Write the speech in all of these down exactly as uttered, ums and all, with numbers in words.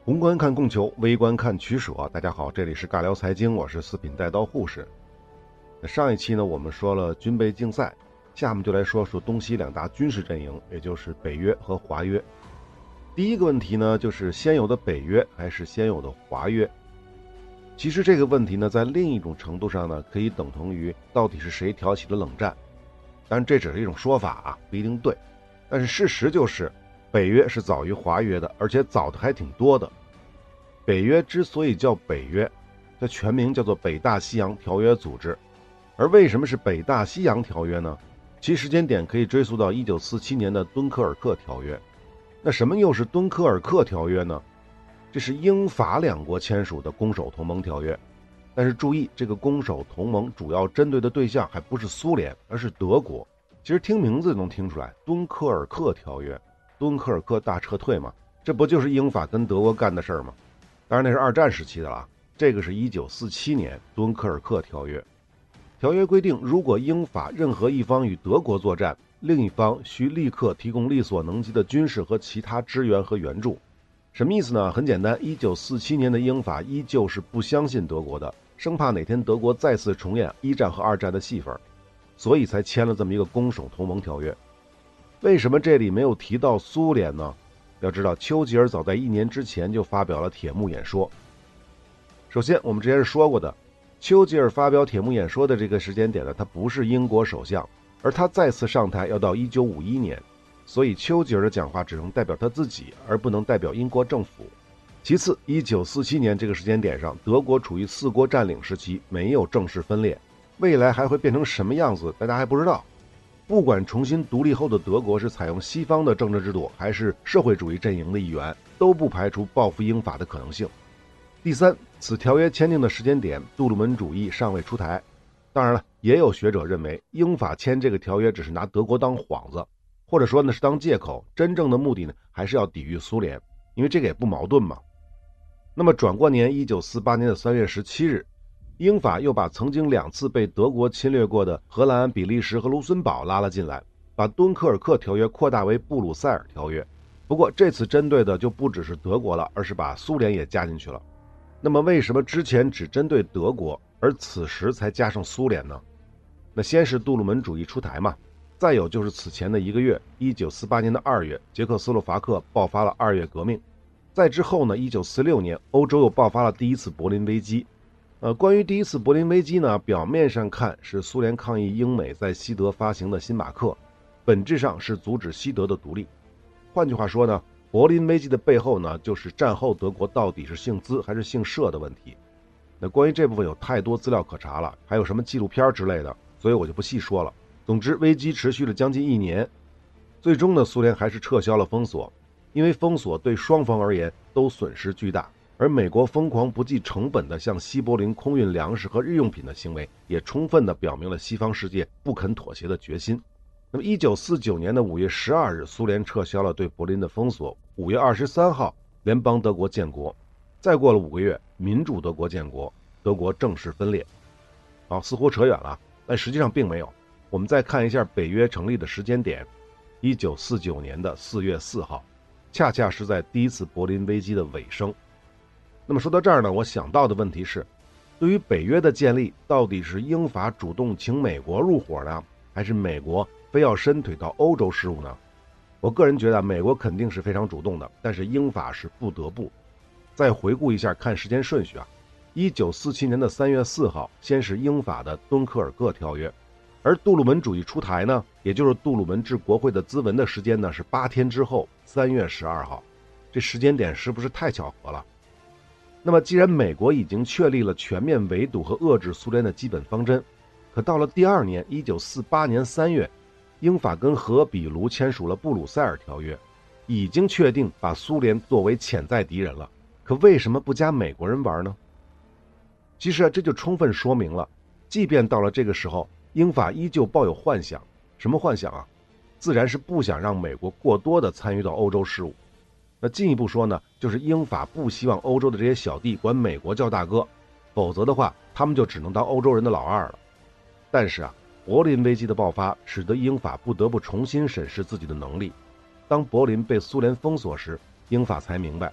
宏观看供求，微观看取舍。大家好，这里是尬聊财经，我是四品带刀护士。那上一期呢，我们说了军备竞赛，下面就来说说东西两大军事阵营，也就是北约和华约。第一个问题呢，就是先有的北约还是先有的华约？其实这个问题呢，在另一种程度上呢，可以等同于到底是谁挑起了冷战。当然这只是一种说法啊，不一定对。但是事实就是，北约是早于华约的，而且早的还挺多的。北约之所以叫北约，它全名叫做北大西洋条约组织。而为什么是北大西洋条约呢？其时间点可以追溯到一九四七年的敦刻尔克条约。那什么又是敦刻尔克条约呢？这是英法两国签署的攻守同盟条约。但是注意，这个攻守同盟主要针对的对象还不是苏联，而是德国。其实听名字就能听出来，敦刻尔克条约，敦刻尔克大撤退嘛，这不就是英法跟德国干的事儿吗？当然那是二战时期的了，这个是一九四七年敦刻尔克条约。条约规定，如果英法任何一方与德国作战，另一方需立刻提供力所能及的军事和其他支援和援助。什么意思呢？很简单，一九四七年的英法依旧是不相信德国的，生怕哪天德国再次重演一战和二战的戏份，所以才签了这么一个攻守同盟条约。为什么这里没有提到苏联呢？要知道，丘吉尔早在一年之前就发表了铁幕演说。首先，我们之前是说过的，丘吉尔发表铁幕演说的这个时间点呢，他不是英国首相，而他再次上台要到一九五一年，所以丘吉尔的讲话只能代表他自己，而不能代表英国政府。其次，一九四七年这个时间点上，德国处于四国占领时期，没有正式分裂，未来还会变成什么样子，大家还不知道。不管重新独立后的德国是采用西方的政治制度，还是社会主义阵营的一员，都不排除报复英法的可能性。第三，此条约签订的时间点，杜鲁门主义尚未出台。当然了，也有学者认为，英法签这个条约只是拿德国当幌子，或者说呢是当借口，真正的目的呢还是要抵御苏联，因为这个也不矛盾嘛。那么转过年一九四八年的三月十七日，英法又把曾经两次被德国侵略过的荷兰、比利时和卢森堡拉了进来，把敦刻尔克条约扩大为布鲁塞尔条约。不过这次针对的就不只是德国了，而是把苏联也加进去了。那么为什么之前只针对德国，而此时才加上苏联呢？那先是杜鲁门主义出台嘛，再有就是此前的一个月，一九四八年的二月，捷克斯洛伐克爆发了二月革命。再之后呢，一九四六年，欧洲又爆发了第一次柏林危机。呃，关于第一次柏林危机呢，表面上看是苏联抗议英美在西德发行的新马克，本质上是阻止西德的独立。换句话说呢，柏林危机的背后呢，就是战后德国到底是姓资还是姓社的问题。那关于这部分有太多资料可查了，还有什么纪录片之类的，所以我就不细说了。总之，危机持续了将近一年，最终呢，苏联还是撤销了封锁，因为封锁对双方而言都损失巨大。而美国疯狂不计成本的向西柏林空运粮食和日用品的行为，也充分地表明了西方世界不肯妥协的决心。那么一九四九年的五月十二日，苏联撤销了对柏林的封锁。五月二十三号，联邦德国建国。再过了五个月，民主德国建国，德国正式分裂。好，似乎扯远了，但实际上并没有。我们再看一下北约成立的时间点，一九四九年的四月四号，恰恰是在第一次柏林危机的尾声。那么说到这儿呢，我想到的问题是，对于北约的建立，到底是英法主动请美国入伙呢，还是美国非要伸腿到欧洲事务呢？我个人觉得美国肯定是非常主动的，但是英法是不得不。再回顾一下看时间顺序啊，一九四七年的三月四号，先是英法的敦刻尔克条约，而杜鲁门主义出台呢，也就是杜鲁门致国会的咨文的时间呢，是八天之后，三月十二号。这时间点是不是太巧合了？那么既然美国已经确立了全面围堵和遏制苏联的基本方针，可到了第二年一九四八年三月，英法跟荷比卢签署了布鲁塞尔条约，已经确定把苏联作为潜在敌人了，可为什么不加美国人玩呢？其实啊，这就充分说明了，即便到了这个时候，英法依旧抱有幻想。什么幻想啊？自然是不想让美国过多的参与到欧洲事务。那进一步说呢，就是英法不希望欧洲的这些小弟管美国叫大哥，否则的话他们就只能当欧洲人的老二了。但是啊，柏林危机的爆发使得英法不得不重新审视自己的能力。当柏林被苏联封锁时，英法才明白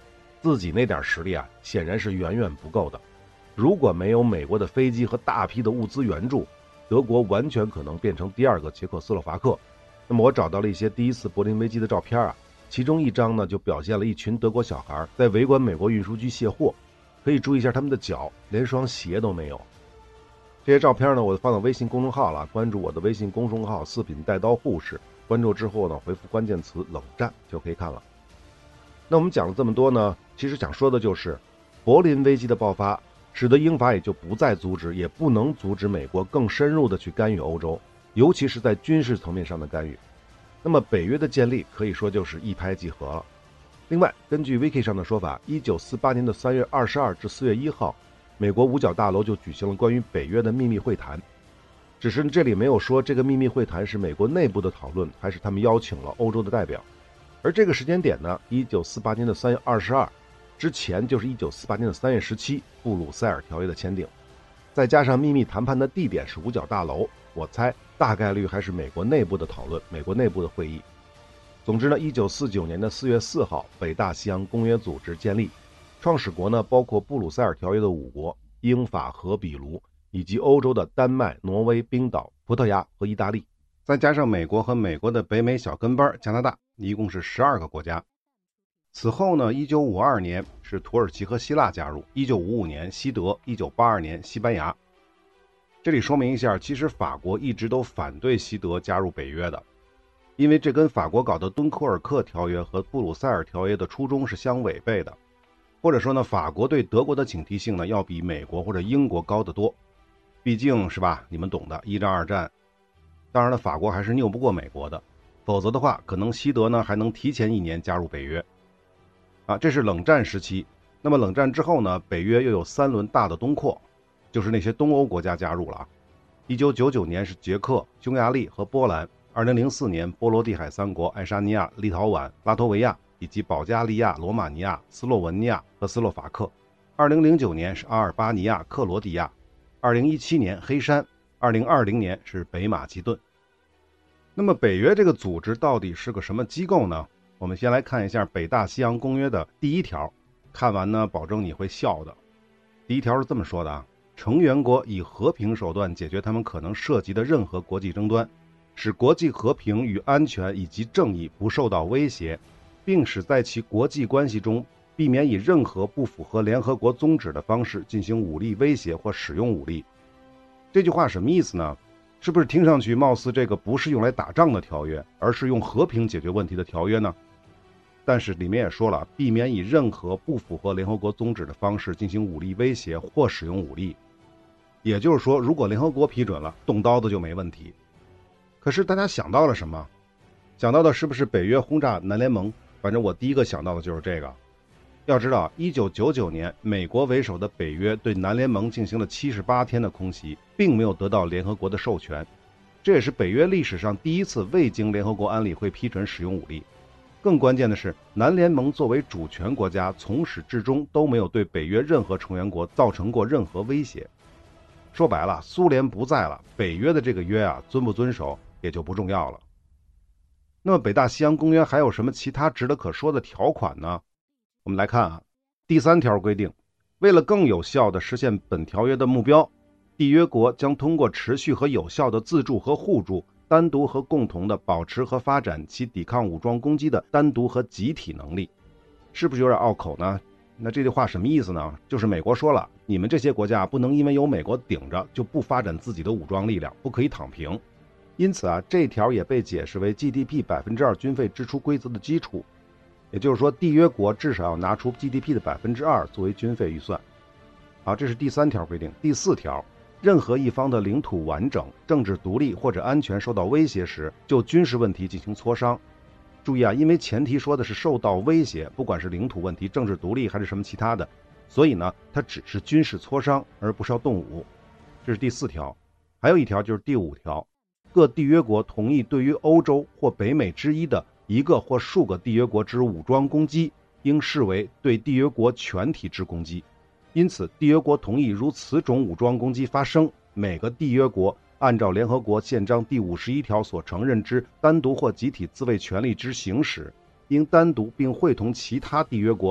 自己那点实力啊，显然是远远不够的。如果没有美国的飞机和大批的物资援助，德国完全可能变成第二个捷克斯洛伐克。那么我找到了一些第一次柏林危机的照片啊，其中一张呢就表现了一群德国小孩在围观美国运输机卸货，可以注意一下他们的脚，连双鞋都没有。这些照片呢，我放到微信公众号了，关注我的微信公众号四品带刀护士，关注之后呢，回复关键词冷战就可以看了。那我们讲了这么多呢，其实想说的就是柏林危机的爆发使得英法也就不再阻止，也不能阻止美国更深入的去干预欧洲，尤其是在军事层面上的干预。那么北约的建立可以说就是一拍即合了。另外，根据 Wiki 上的说法，一九四八年的三月二十二至四月一号，美国五角大楼就举行了关于北约的秘密会谈。只是这里没有说这个秘密会谈是美国内部的讨论，还是他们邀请了欧洲的代表。而这个时间点呢，一九四八年的三月二十二之前就是一九四八年的三月十七布鲁塞尔条约的签订，再加上秘密谈判的地点是五角大楼，我猜大概率还是美国内部的讨论，美国内部的会议。总之呢，一九四九年的四月四号，北大西洋公约组织建立，创始国呢包括布鲁塞尔条约的五国，英法荷比卢，以及欧洲的丹麦、挪威、冰岛、葡萄牙和意大利，再加上美国和美国的北美小跟班加拿大，一共是十二个国家。此后呢，一九五二年是土耳其和希腊加入，一九五五年西德，一九八二年西班牙。这里说明一下，其实法国一直都反对西德加入北约的，因为这跟法国搞的敦刻尔克条约和布鲁塞尔条约的初衷是相违背的。或者说呢，法国对德国的警惕性呢要比美国或者英国高得多，毕竟是吧，你们懂的，一战二战。当然了，法国还是拗不过美国的，否则的话可能西德呢还能提前一年加入北约啊。这是冷战时期。那么冷战之后呢，北约又有三轮大的东扩，就是那些东欧国家加入了啊。一九九九年是捷克、匈牙利和波兰，二零零四年波罗的海三国爱沙尼亚、立陶宛、拉脱维亚以及保加利亚、罗马尼亚、斯洛文尼亚和斯洛伐克。二零零九年是阿尔巴尼亚、克罗地亚。二零一七年黑山。二零二零年是北马其顿。那么北约这个组织到底是个什么机构呢？我们先来看一下北大西洋公约的第一条，看完呢保证你会笑的。第一条是这么说的啊，成员国以和平手段解决他们可能涉及的任何国际争端，使国际和平与安全以及正义不受到威胁，并使在其国际关系中避免以任何不符合联合国宗旨的方式进行武力威胁或使用武力。这句话什么意思呢？是不是听上去貌似这个不是用来打仗的条约，而是用和平解决问题的条约呢？但是里面也说了，避免以任何不符合联合国宗旨的方式进行武力威胁或使用武力。也就是说，如果联合国批准了，动刀子就没问题。可是大家想到了什么？想到的是不是北约轰炸南联盟？反正我第一个想到的就是这个。要知道一九九九年美国为首的北约对南联盟进行了七十八天的空袭，并没有得到联合国的授权，这也是北约历史上第一次未经联合国安理会批准使用武力。更关键的是，南联盟作为主权国家，从始至终都没有对北约任何成员国造成过任何威胁。说白了，苏联不在了，北约的这个约啊，遵不遵守也就不重要了。那么北大西洋公约还有什么其他值得可说的条款呢？我们来看啊，第三条规定，为了更有效地实现本条约的目标，缔约国将通过持续和有效的自助和互助，单独和共同的保持和发展其抵抗武装攻击的单独和集体能力。是不是有点拗口呢？那这句话什么意思呢？就是美国说了，你们这些国家不能因为有美国顶着就不发展自己的武装力量，不可以躺平。因此啊，这条也被解释为 G D P 百分之二 军费支出规则的基础。也就是说，缔约国至少要拿出 G D P 的 百分之二 作为军费预算。好，这是第三条规定。第四条，任何一方的领土完整、政治独立或者安全受到威胁时，就军事问题进行磋商。注意啊，因为前提说的是受到威胁，不管是领土问题、政治独立还是什么其他的，所以呢，它只是军事磋商，而不是要动武。这是第四条。还有一条就是第五条，各缔约国同意对于欧洲或北美之一的一个或数个缔约国之武装攻击，应视为对缔约国全体之攻击。因此，缔约国同意如此种武装攻击发生，每个缔约国按照联合国宪章第五十一条所承认之单独或集体自卫权利之行使，应单独并会同其他缔约国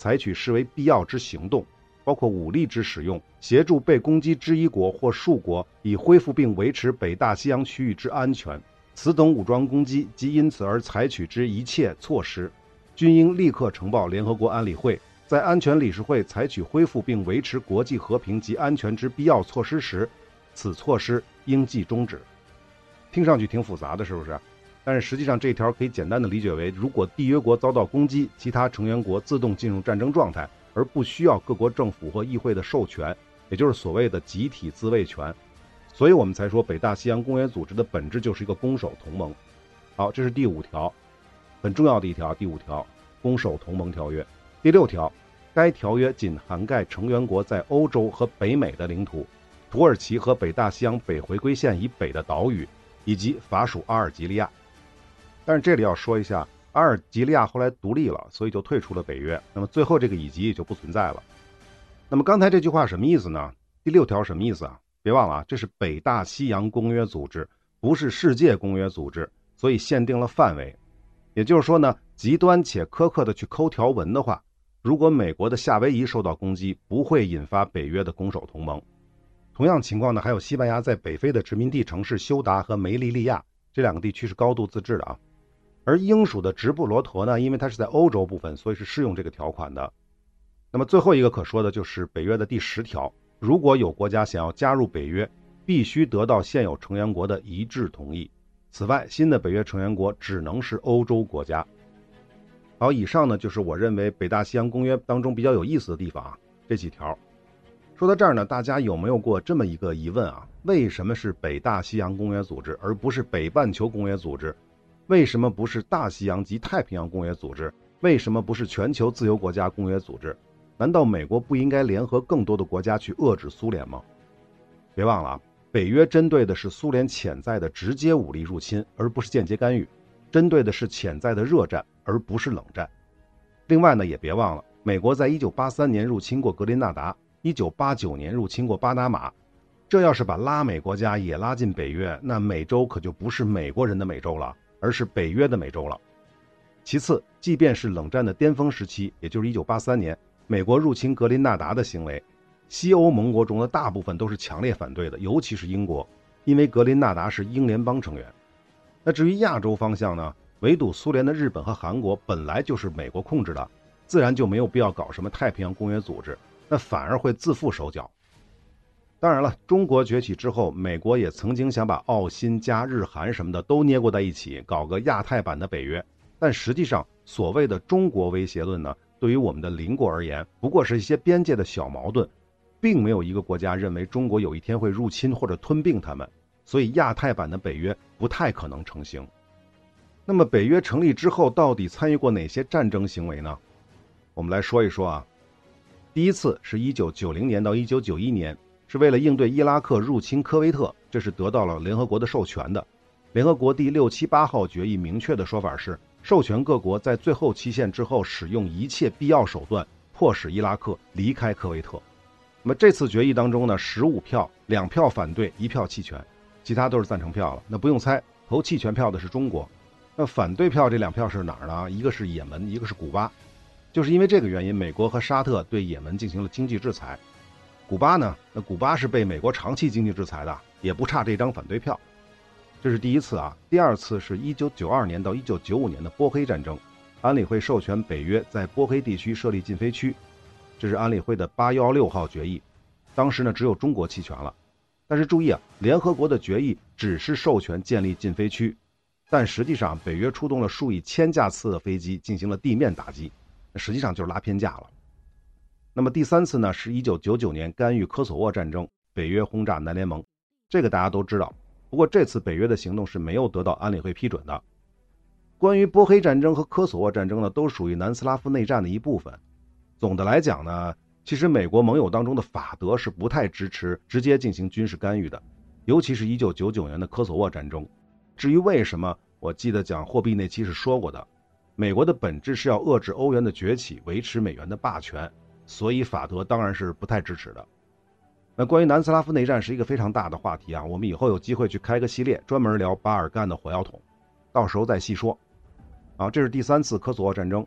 采取视为必要之行动，包括武力之使用，协助被攻击之一国或数国以恢复并维持北大西洋区域之安全。此等武装攻击及因此而采取之一切措施，均应立刻呈报联合国安理会。在安全理事会采取恢复并维持国际和平及安全之必要措施时，此措施应即终止。听上去挺复杂的，是不是？但是实际上这条可以简单的理解为，如果缔约国遭到攻击，其他成员国自动进入战争状态，而不需要各国政府或议会的授权，也就是所谓的集体自卫权。所以我们才说北大西洋公约组织的本质就是一个攻守同盟。好，这是第五条，很重要的一条，第五条，攻守同盟条约。第六条，该条约仅涵盖成员国在欧洲和北美的领土，土耳其和北大西洋北回归线以北的岛屿，以及法属阿尔及利亚。但是这里要说一下，阿尔及利亚后来独立了，所以就退出了北约，那么最后这个以及也就不存在了。那么刚才这句话什么意思呢？第六条什么意思啊？别忘了啊，这是北大西洋公约组织，不是世界公约组织，所以限定了范围。也就是说呢，极端且苛刻的去抠条文的话，如果美国的夏威夷受到攻击，不会引发北约的攻守同盟。同样情况呢，还有西班牙在北非的殖民地城市休达和梅利利亚，这两个地区是高度自治的啊。而英属的直布罗陀呢，因为它是在欧洲部分，所以是适用这个条款的。那么最后一个可说的就是北约的第十条，如果有国家想要加入北约，必须得到现有成员国的一致同意。此外，新的北约成员国只能是欧洲国家。好，以上呢就是我认为北大西洋公约当中比较有意思的地方啊，这几条。说到这儿呢，大家有没有过这么一个疑问啊？为什么是北大西洋公约组织，而不是北半球公约组织？为什么不是大西洋及太平洋公约组织？为什么不是全球自由国家公约组织？难道美国不应该联合更多的国家去遏制苏联吗？别忘了啊，北约针对的是苏联潜在的直接武力入侵，而不是间接干预，针对的是潜在的热战，而不是冷战。另外呢，也别忘了，美国在一九八三年入侵过格林纳达，一九八九年入侵过巴拿马，这要是把拉美国家也拉进北约，那美洲可就不是美国人的美洲了，而是北约的美洲了。其次，即便是冷战的巅峰时期，也就是一九八三年，美国入侵格林纳达的行为，西欧盟国中的大部分都是强烈反对的，尤其是英国，因为格林纳达是英联邦成员。那至于亚洲方向呢，围堵苏联的日本和韩国本来就是美国控制的，自然就没有必要搞什么太平洋公约组织，那反而会自负手脚。当然了，中国崛起之后，美国也曾经想把澳新加日韩什么的都捏过在一起，搞个亚太版的北约。但实际上，所谓的中国威胁论呢，对于我们的邻国而言，不过是一些边界的小矛盾，并没有一个国家认为中国有一天会入侵或者吞并他们，所以亚太版的北约不太可能成型。那么北约成立之后，到底参与过哪些战争行为呢？我们来说一说啊。第一次是一九九零年到一九九一年，是为了应对伊拉克入侵科威特，这是得到了联合国的授权的。联合国第六七八号决议明确的说法是，授权各国在最后期限之后使用一切必要手段，迫使伊拉克离开科威特。那么这次决议当中呢，十五票，两票反对，一票弃权，其他都是赞成票了。那不用猜，投弃权票的是中国。那反对票这两票是哪儿呢？一个是也门，一个是古巴。就是因为这个原因，美国和沙特对也门进行了经济制裁。古巴呢，那古巴是被美国长期经济制裁的，也不差这张反对票。这是第一次啊。第二次是一九九二年到一九九五年的波黑战争，安理会授权北约在波黑地区设立禁飞区，这是安理会的八一六号决议。当时呢，只有中国弃权了。但是注意啊，联合国的决议只是授权建立禁飞区，但实际上北约出动了数以千架次的飞机进行了地面打击，实际上就是拉偏架了。那么第三次呢，是一九九九年干预科索沃战争，北约轰炸南联盟，这个大家都知道。不过这次北约的行动是没有得到安理会批准的。关于波黑战争和科索沃战争呢，都属于南斯拉夫内战的一部分。总的来讲呢，其实美国盟友当中的法德是不太支持直接进行军事干预的，尤其是一九九九年的科索沃战争。至于为什么，我记得讲货币那期是说过的，美国的本质是要遏制欧元的崛起，维持美元的霸权，所以法德当然是不太支持的。那关于南斯拉夫内战是一个非常大的话题啊，我们以后有机会去开个系列，专门聊巴尔干的火药桶，到时候再细说。啊，这是第三次科索沃战争。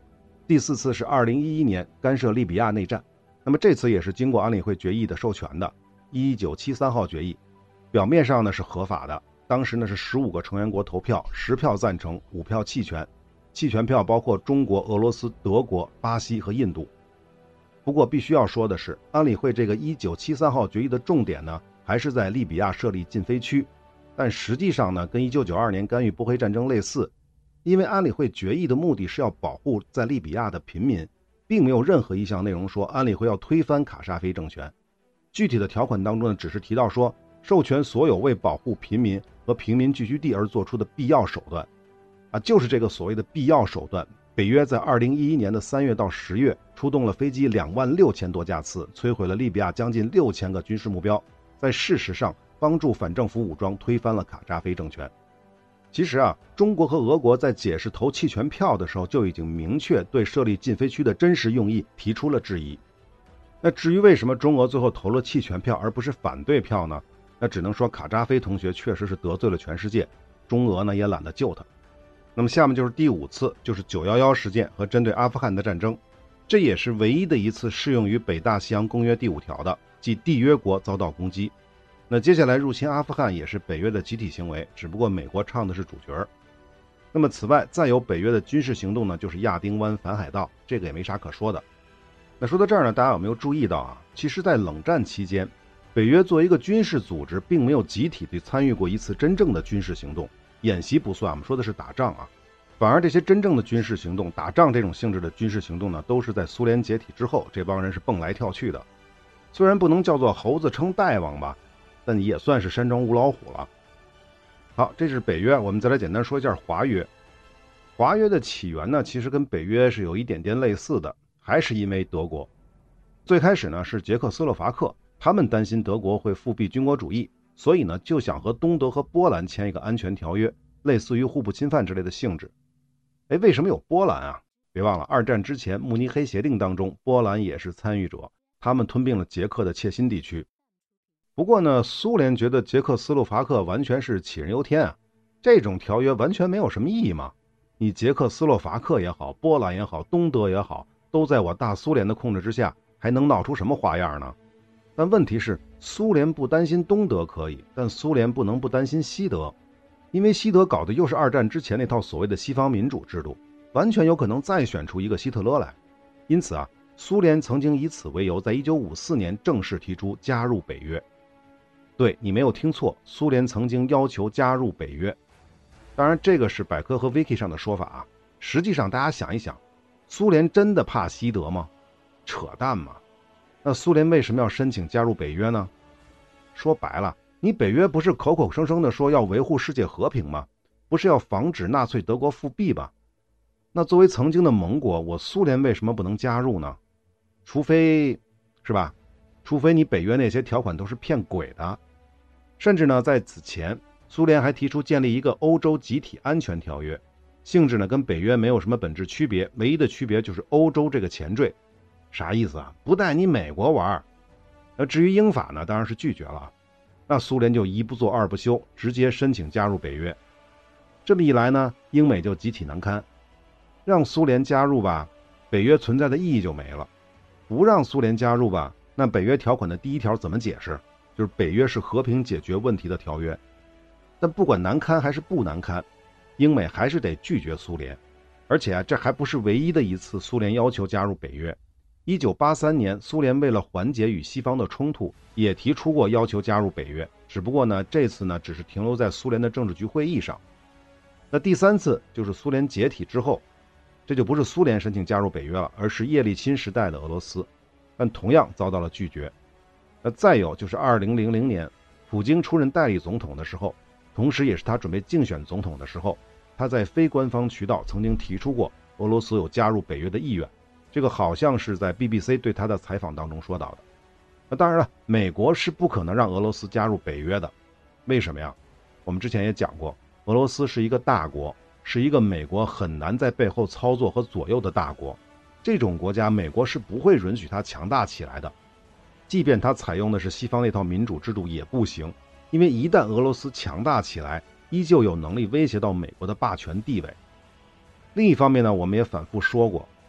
第四次是二零一一年干涉利比亚内战，那么这次也是经过安理会决议的授权的一九七三号决议，表面上呢是合法的，当时呢是十五个成员国投票，十票赞成，五票弃权，弃权票包括中国、俄罗斯、德国、巴西和印度。不过必须要说的是，安理会这个一九七三号决议的重点呢还是在利比亚设立禁飞区，但实际上呢跟一九九二年干预波黑战争类似，因为安理会决议的目的是要保护在利比亚的平民，并没有任何一项内容说安理会要推翻卡扎菲政权。具体的条款当中呢，只是提到说授权所有为保护平民和平民聚居地而做出的必要手段啊，就是这个所谓的必要手段。北约在二零一一年的三月到十月出动了飞机两万六千多架次，摧毁了利比亚将近六千个军事目标，在事实上帮助反政府武装推翻了卡扎菲政权。其实啊，中国和俄国在解释投弃权票的时候就已经明确对设立禁飞区的真实用意提出了质疑。那至于为什么中俄最后投了弃权票而不是反对票呢？那只能说卡扎菲同学确实是得罪了全世界，中俄呢也懒得救他。那么下面就是第五次，就是九一一事件和针对阿富汗的战争，这也是唯一的一次适用于北大西洋公约第五条的，即缔约国遭到攻击。那接下来入侵阿富汗也是北约的集体行为，只不过美国唱的是主角。那么此外再有北约的军事行动呢，就是亚丁湾反海盗，这个也没啥可说的。那说到这儿呢，大家有没有注意到啊？其实在冷战期间，北约作为一个军事组织，并没有集体地参与过一次真正的军事行动，演习不算，我们说的是打仗啊。反而这些真正的军事行动，打仗这种性质的军事行动呢，都是在苏联解体之后，这帮人是蹦来跳去的。虽然不能叫做猴子称大王吧，但也算是山中无老虎了。好，这是北约，我们再来简单说一下华约。华约的起源呢，其实跟北约是有一点点类似的，还是因为德国。最开始呢是捷克斯洛伐克，他们担心德国会复辟军国主义，所以呢就想和东德和波兰签一个安全条约，类似于互不侵犯之类的性质。哎，为什么有波兰啊？别忘了二战之前慕尼黑协定当中，波兰也是参与者，他们吞并了捷克的切辛地区。不过呢，苏联觉得捷克斯洛伐克完全是杞人忧天啊，这种条约完全没有什么意义嘛。你捷克斯洛伐克也好，波兰也好，东德也好，都在我大苏联的控制之下，还能闹出什么花样呢？但问题是，苏联不担心东德可以，但苏联不能不担心西德，因为西德搞的又是二战之前那套所谓的西方民主制度，完全有可能再选出一个希特勒来。因此啊，苏联曾经以此为由，在一九五四年正式提出加入北约。对，你没有听错，苏联曾经要求加入北约。当然这个是百科和 Wiki 上的说法啊，实际上大家想一想，苏联真的怕西德吗？扯淡嘛。那苏联为什么要申请加入北约呢？说白了，你北约不是口口声声的说要维护世界和平吗？不是要防止纳粹德国复辟吧？那作为曾经的盟国，我苏联为什么不能加入呢？除非是吧？除非你北约那些条款都是骗鬼的。甚至呢，在此前苏联还提出建立一个欧洲集体安全条约，性质呢跟北约没有什么本质区别，唯一的区别就是欧洲这个前缀。啥意思啊？不带你美国玩。那至于英法呢，当然是拒绝了。那苏联就一不做二不休，直接申请加入北约。这么一来呢，英美就集体难堪。让苏联加入吧，北约存在的意义就没了；不让苏联加入吧，那北约条款的第一条怎么解释？就是北约是和平解决问题的条约。但不管难堪还是不难堪，英美还是得拒绝苏联。而且啊，这还不是唯一的一次苏联要求加入北约。一九八三年，苏联为了缓解与西方的冲突，也提出过要求加入北约，只不过呢，这次呢只是停留在苏联的政治局会议上。那第三次就是苏联解体之后，这就不是苏联申请加入北约了，而是叶利钦时代的俄罗斯，但同样遭到了拒绝。那再有就是二零零零年，普京出任代理总统的时候，同时也是他准备竞选总统的时候，他在非官方渠道曾经提出过俄罗斯有加入北约的意愿。这个好像是在 B B C 对他的采访当中说到的。那当然了，美国是不可能让俄罗斯加入北约的。为什么呀？我们之前也讲过，俄罗斯是一个大国，是一个美国很难在背后操作和左右的大国。这种国家，美国是不会允许它强大起来的。即便它采用的是西方那套民主制度也不行，因为一旦俄罗斯强大起来，依旧有能力威胁到美国的霸权地位。另一方面呢，我们也反复说过，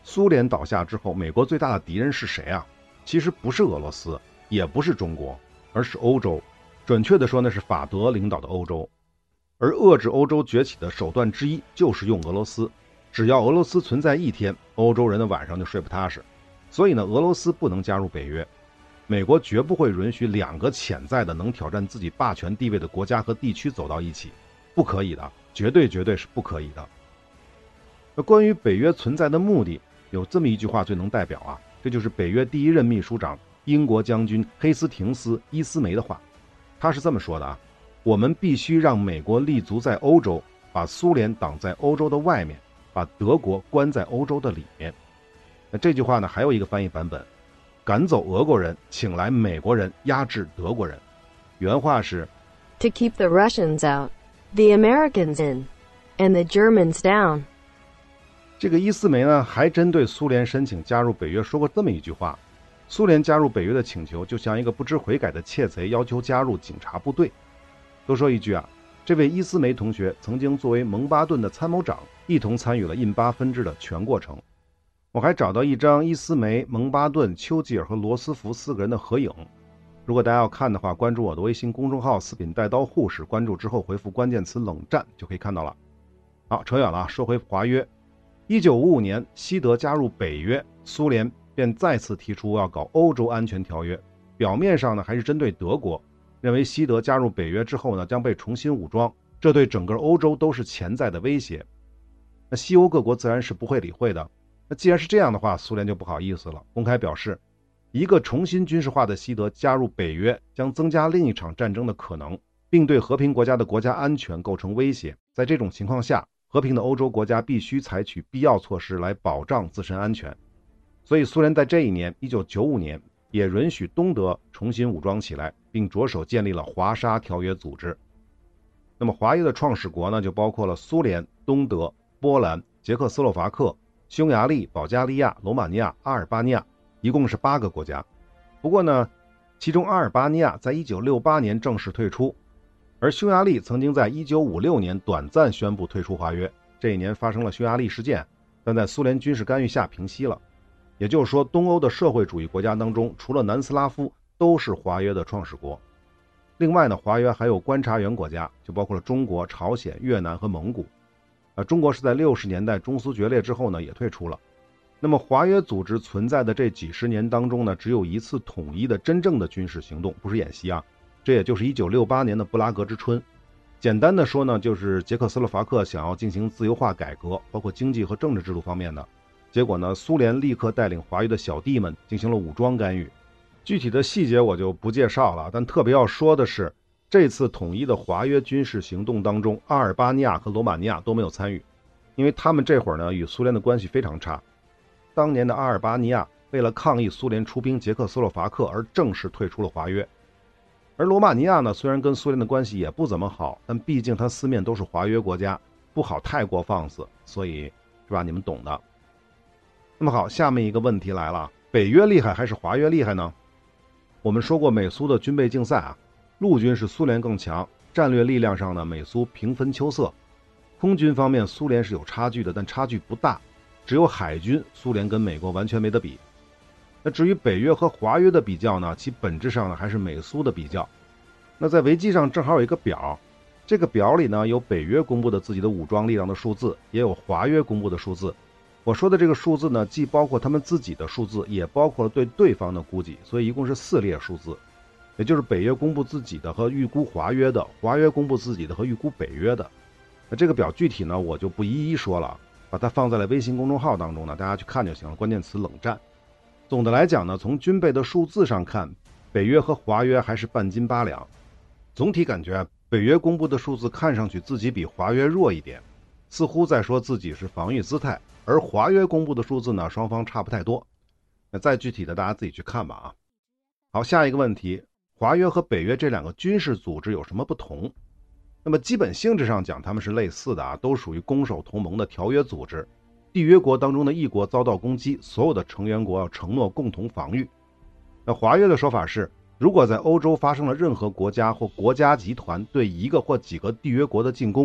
苏联倒下之后，美国最大的敌人是谁啊？其实不是俄罗斯，也不是中国，而是欧洲。准确的说，那是法德领导的欧洲。而遏制欧洲崛起的手段之一就是用俄罗斯。只要俄罗斯存在一天，欧洲人的晚上就睡不踏实。所以呢，俄罗斯不能加入北约。美国绝不会允许两个潜在的能挑战自己霸权地位的国家和地区走到一起，不可以的，绝对绝对是不可以的。那关于北约存在的目的，有这么一句话最能代表啊，这就是北约第一任秘书长英国将军黑斯廷斯·伊斯梅的话。他是这么说的啊：我们必须让美国立足在欧洲，把苏联挡在欧洲的外面，把德国关在欧洲的里面。那这句话呢，还有一个翻译版本：赶走俄国人，请来美国人压制德国人。原话是 To keep the Russians out, the Americans in, and the Germans down。 这个伊斯梅呢，还针对苏联申请加入北约说过这么一句话：苏联加入北约的请求就像一个不知悔改的窃贼要求加入警察部队。多说一句啊，这位伊斯梅同学曾经作为蒙巴顿的参谋长，一同参与了印巴分治的全过程。我还找到一张伊斯梅、蒙巴顿、丘吉尔和罗斯福四个人的合影。如果大家要看的话，关注我的微信公众号四品带刀护士，关注之后回复关键词冷战就可以看到了。好，扯远了，说回华约。一九五五年西德加入北约，苏联便再次提出要搞欧洲安全条约，表面上呢还是针对德国，认为西德加入北约之后呢将被重新武装，这对整个欧洲都是潜在的威胁。那西欧各国自然是不会理会的。那既然是这样的话，苏联就不好意思了，公开表示，一个重新军事化的西德加入北约将增加另一场战争的可能，并对和平国家的国家安全构成威胁。在这种情况下，和平的欧洲国家必须采取必要措施来保障自身安全。所以苏联在这一年一九九五年也允许东德重新武装起来，并着手建立了华沙条约组织。那么华约的创始国呢，就包括了苏联、东德、波兰、捷克斯洛伐克、匈牙利、保加利亚、罗马尼亚、阿尔巴尼亚，一共是八个国家。不过呢，其中阿尔巴尼亚在一九六八年正式退出，而匈牙利曾经在一九五六年短暂宣布退出华约。这一年发生了匈牙利事件，但在苏联军事干预下平息了。也就是说，东欧的社会主义国家当中，除了南斯拉夫都是华约的创始国。另外呢，华约还有观察员国家，就包括了中国、朝鲜、越南和蒙古。啊，中国是在六十年代中苏决裂之后呢也退出了。那么华约组织存在的这几十年当中呢，只有一次统一的真正的军事行动，不是演习啊，这也就是一九六八年的布拉格之春。简单的说呢，就是捷克斯洛伐克想要进行自由化改革，包括经济和政治制度方面的。结果呢，苏联立刻带领华约的小弟们进行了武装干预。具体的细节我就不介绍了，但特别要说的是，这次统一的华约军事行动当中，阿尔巴尼亚和罗马尼亚都没有参与，因为他们这会儿呢与苏联的关系非常差。当年的阿尔巴尼亚为了抗议苏联出兵捷克斯洛伐克而正式退出了华约。而罗马尼亚呢，虽然跟苏联的关系也不怎么好，但毕竟它四面都是华约国家，不好太过放肆，所以是吧，你们懂的。那么好，下面一个问题来了，北约厉害还是华约厉害呢？我们说过美苏的军备竞赛啊，陆军是苏联更强，战略力量上呢美苏平分秋色。空军方面苏联是有差距的，但差距不大，只有海军苏联跟美国完全没得比。那至于北约和华约的比较呢，其本质上呢还是美苏的比较。那在维基上正好有一个表，这个表里呢有北约公布的自己的武装力量的数字，也有华约公布的数字。我说的这个数字呢，既包括他们自己的数字，也包括了对对方的估计，所以一共是四列数字，也就是北约公布自己的和预估华约的，华约公布自己的和预估北约的。那这个表具体呢我就不一一说了，把它放在了微信公众号当中呢，大家去看就行了，关键词冷战。总的来讲呢，从军备的数字上看，北约和华约还是半斤八两。总体感觉北约公布的数字看上去自己比华约弱一点，似乎在说自己是防御姿态，而华约公布的数字呢，双方差不太多。那再具体的大家自己去看吧啊。好，下一个问题，华约和北约这两个军事组织有什么不同？那么基本性质上讲，他们是类似的啊，都属于攻守同盟的条约组织。缔约国当中的一国遭到攻击，所有的成员国要承诺共同防御。那华约的说法是，如果在欧洲发生了任何国家或国家集团对一个或几个缔约国的进攻，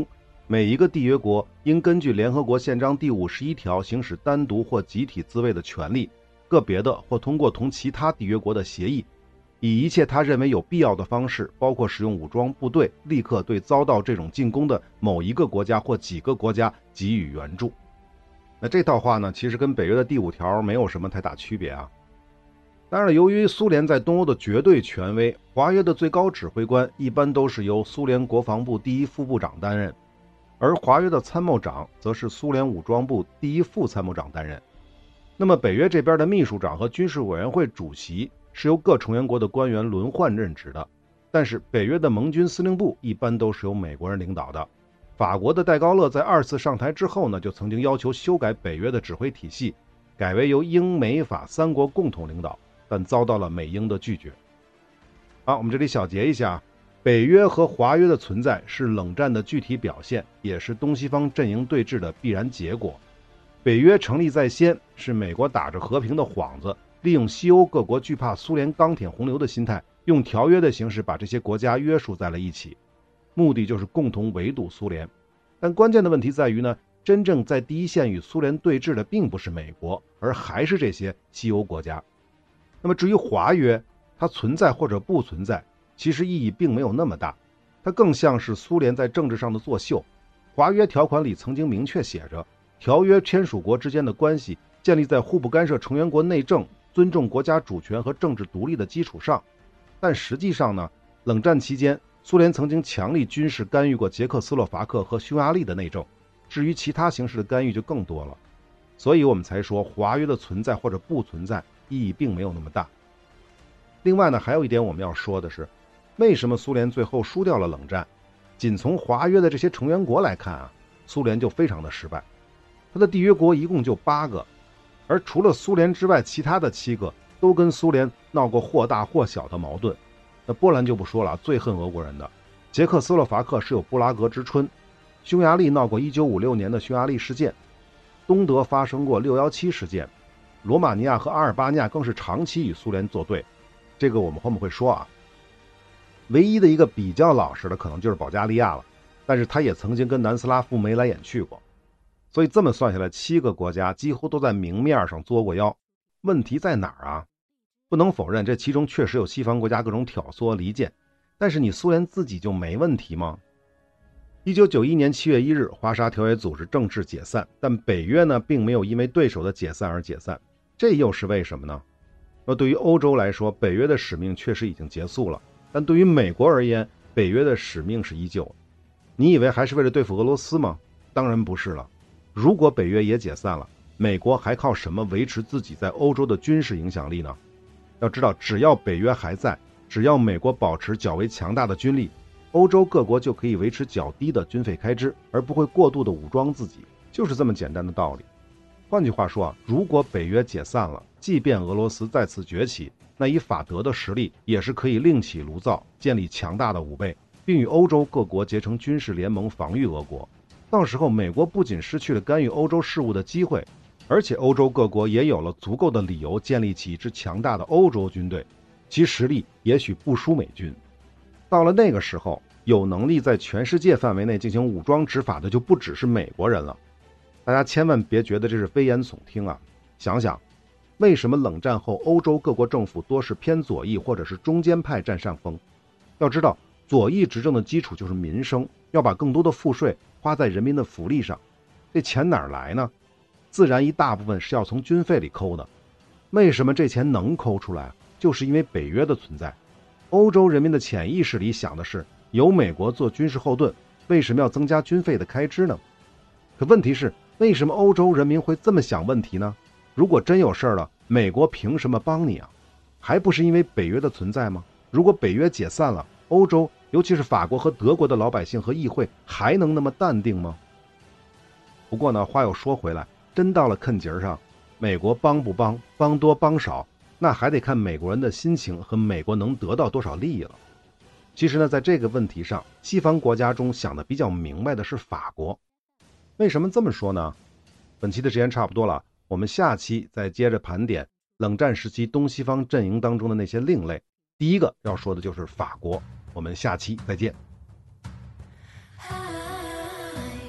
每一个缔约国应根据联合国宪章第五十一条行使单独或集体自卫的权利，个别的或通过同其他缔约国的协议，以一切他认为有必要的方式，包括使用武装部队，立刻对遭到这种进攻的某一个国家或几个国家给予援助。那这套话呢，其实跟北约的第五条没有什么太大区别啊。当然了，由于苏联在东欧的绝对权威，华约的最高指挥官一般都是由苏联国防部第一副部长担任，而华约的参谋长则是苏联武装部第一副参谋长担任。那么北约这边的秘书长和军事委员会主席是由各成员国的官员轮换任职的，但是北约的盟军司令部一般都是由美国人领导的。法国的戴高乐在二次上台之后呢，就曾经要求修改北约的指挥体系，改为由英美法三国共同领导，但遭到了美英的拒绝。好，我们这里小结一下，北约和华约的存在是冷战的具体表现，也是东西方阵营对峙的必然结果。北约成立在先，是美国打着和平的幌子，利用西欧各国惧怕苏联钢铁洪流的心态，用条约的形式把这些国家约束在了一起，目的就是共同围堵苏联。但关键的问题在于呢，真正在第一线与苏联对峙的并不是美国，而还是这些西欧国家。那么至于华约，它存在或者不存在，其实意义并没有那么大，它更像是苏联在政治上的作秀。华约条款里曾经明确写着，条约签署国之间的关系建立在互不干涉成员国内政、尊重国家主权和政治独立的基础上。但实际上呢，冷战期间苏联曾经强力军事干预过捷克斯洛伐克和匈牙利的内政，至于其他形式的干预就更多了。所以我们才说华约的存在或者不存在意义并没有那么大。另外呢，还有一点我们要说的是，为什么苏联最后输掉了冷战？仅从华约的这些成员国来看啊，苏联就非常的失败。它的缔约国一共就八个，而除了苏联之外，其他的七个都跟苏联闹过或大或小的矛盾。那波兰就不说了，最恨俄国人的。捷克斯洛伐克是有布拉格之春，匈牙利闹过一九五六年的匈牙利事件，东德发生过六一七事件，罗马尼亚和阿尔巴尼亚更是长期与苏联作对，这个我们后面会说啊。唯一的一个比较老实的可能就是保加利亚了，但是他也曾经跟南斯拉夫眉来眼去过。所以这么算下来，七个国家几乎都在明面上作过妖。问题在哪儿啊？不能否认，这其中确实有西方国家各种挑唆离间，但是你苏联自己就没问题吗？一九九一年七月一日，华沙条约组织正式解散，但北约呢，并没有因为对手的解散而解散，这又是为什么呢？那对于欧洲来说，北约的使命确实已经结束了，但对于美国而言，北约的使命是依旧。你以为还是为了对付俄罗斯吗？当然不是了。如果北约也解散了，美国还靠什么维持自己在欧洲的军事影响力呢？要知道，只要北约还在，只要美国保持较为强大的军力，欧洲各国就可以维持较低的军费开支，而不会过度的武装自己，就是这么简单的道理。换句话说啊，如果北约解散了，即便俄罗斯再次崛起，那以法德的实力也是可以另起炉灶，建立强大的武备，并与欧洲各国结成军事联盟防御俄国。到时候美国不仅失去了干预欧洲事务的机会，而且欧洲各国也有了足够的理由建立起一支强大的欧洲军队，其实力也许不输美军。到了那个时候，有能力在全世界范围内进行武装执法的就不只是美国人了。大家千万别觉得这是危言耸听啊！想想，为什么冷战后欧洲各国政府多是偏左翼或者是中间派占上风？要知道，左翼执政的基础就是民生，要把更多的赋税花在人民的福利上。这钱哪儿来呢？自然一大部分是要从军费里抠的。为什么这钱能抠出来？就是因为北约的存在。欧洲人民的潜意识里想的是，有美国做军事后盾，为什么要增加军费的开支呢？可问题是，为什么欧洲人民会这么想问题呢？如果真有事了，美国凭什么帮你啊？还不是因为北约的存在吗？如果北约解散了，欧洲尤其是法国和德国的老百姓和议会还能那么淡定吗？不过呢，话又说回来，真到了坑节上，美国帮不帮，帮多帮少，那还得看美国人的心情和美国能得到多少利益了。其实呢，在这个问题上，西方国家中想的比较明白的是法国。为什么这么说呢？本期的时间差不多了，我们下期再接着盘点冷战时期东西方阵营当中的那些另类。第一个要说的就是法国，我们下期再见。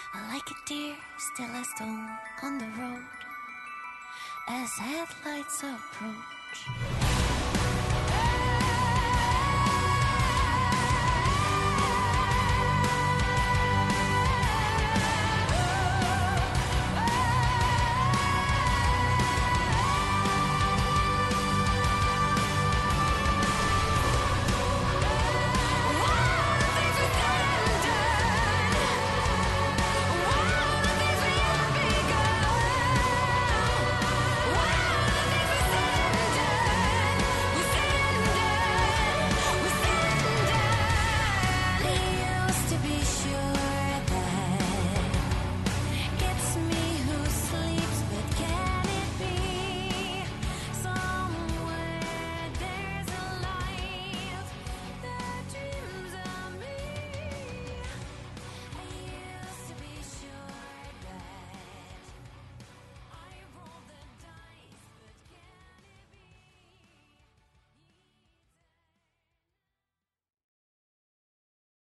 like a deer still a stone on the road as headlights approach.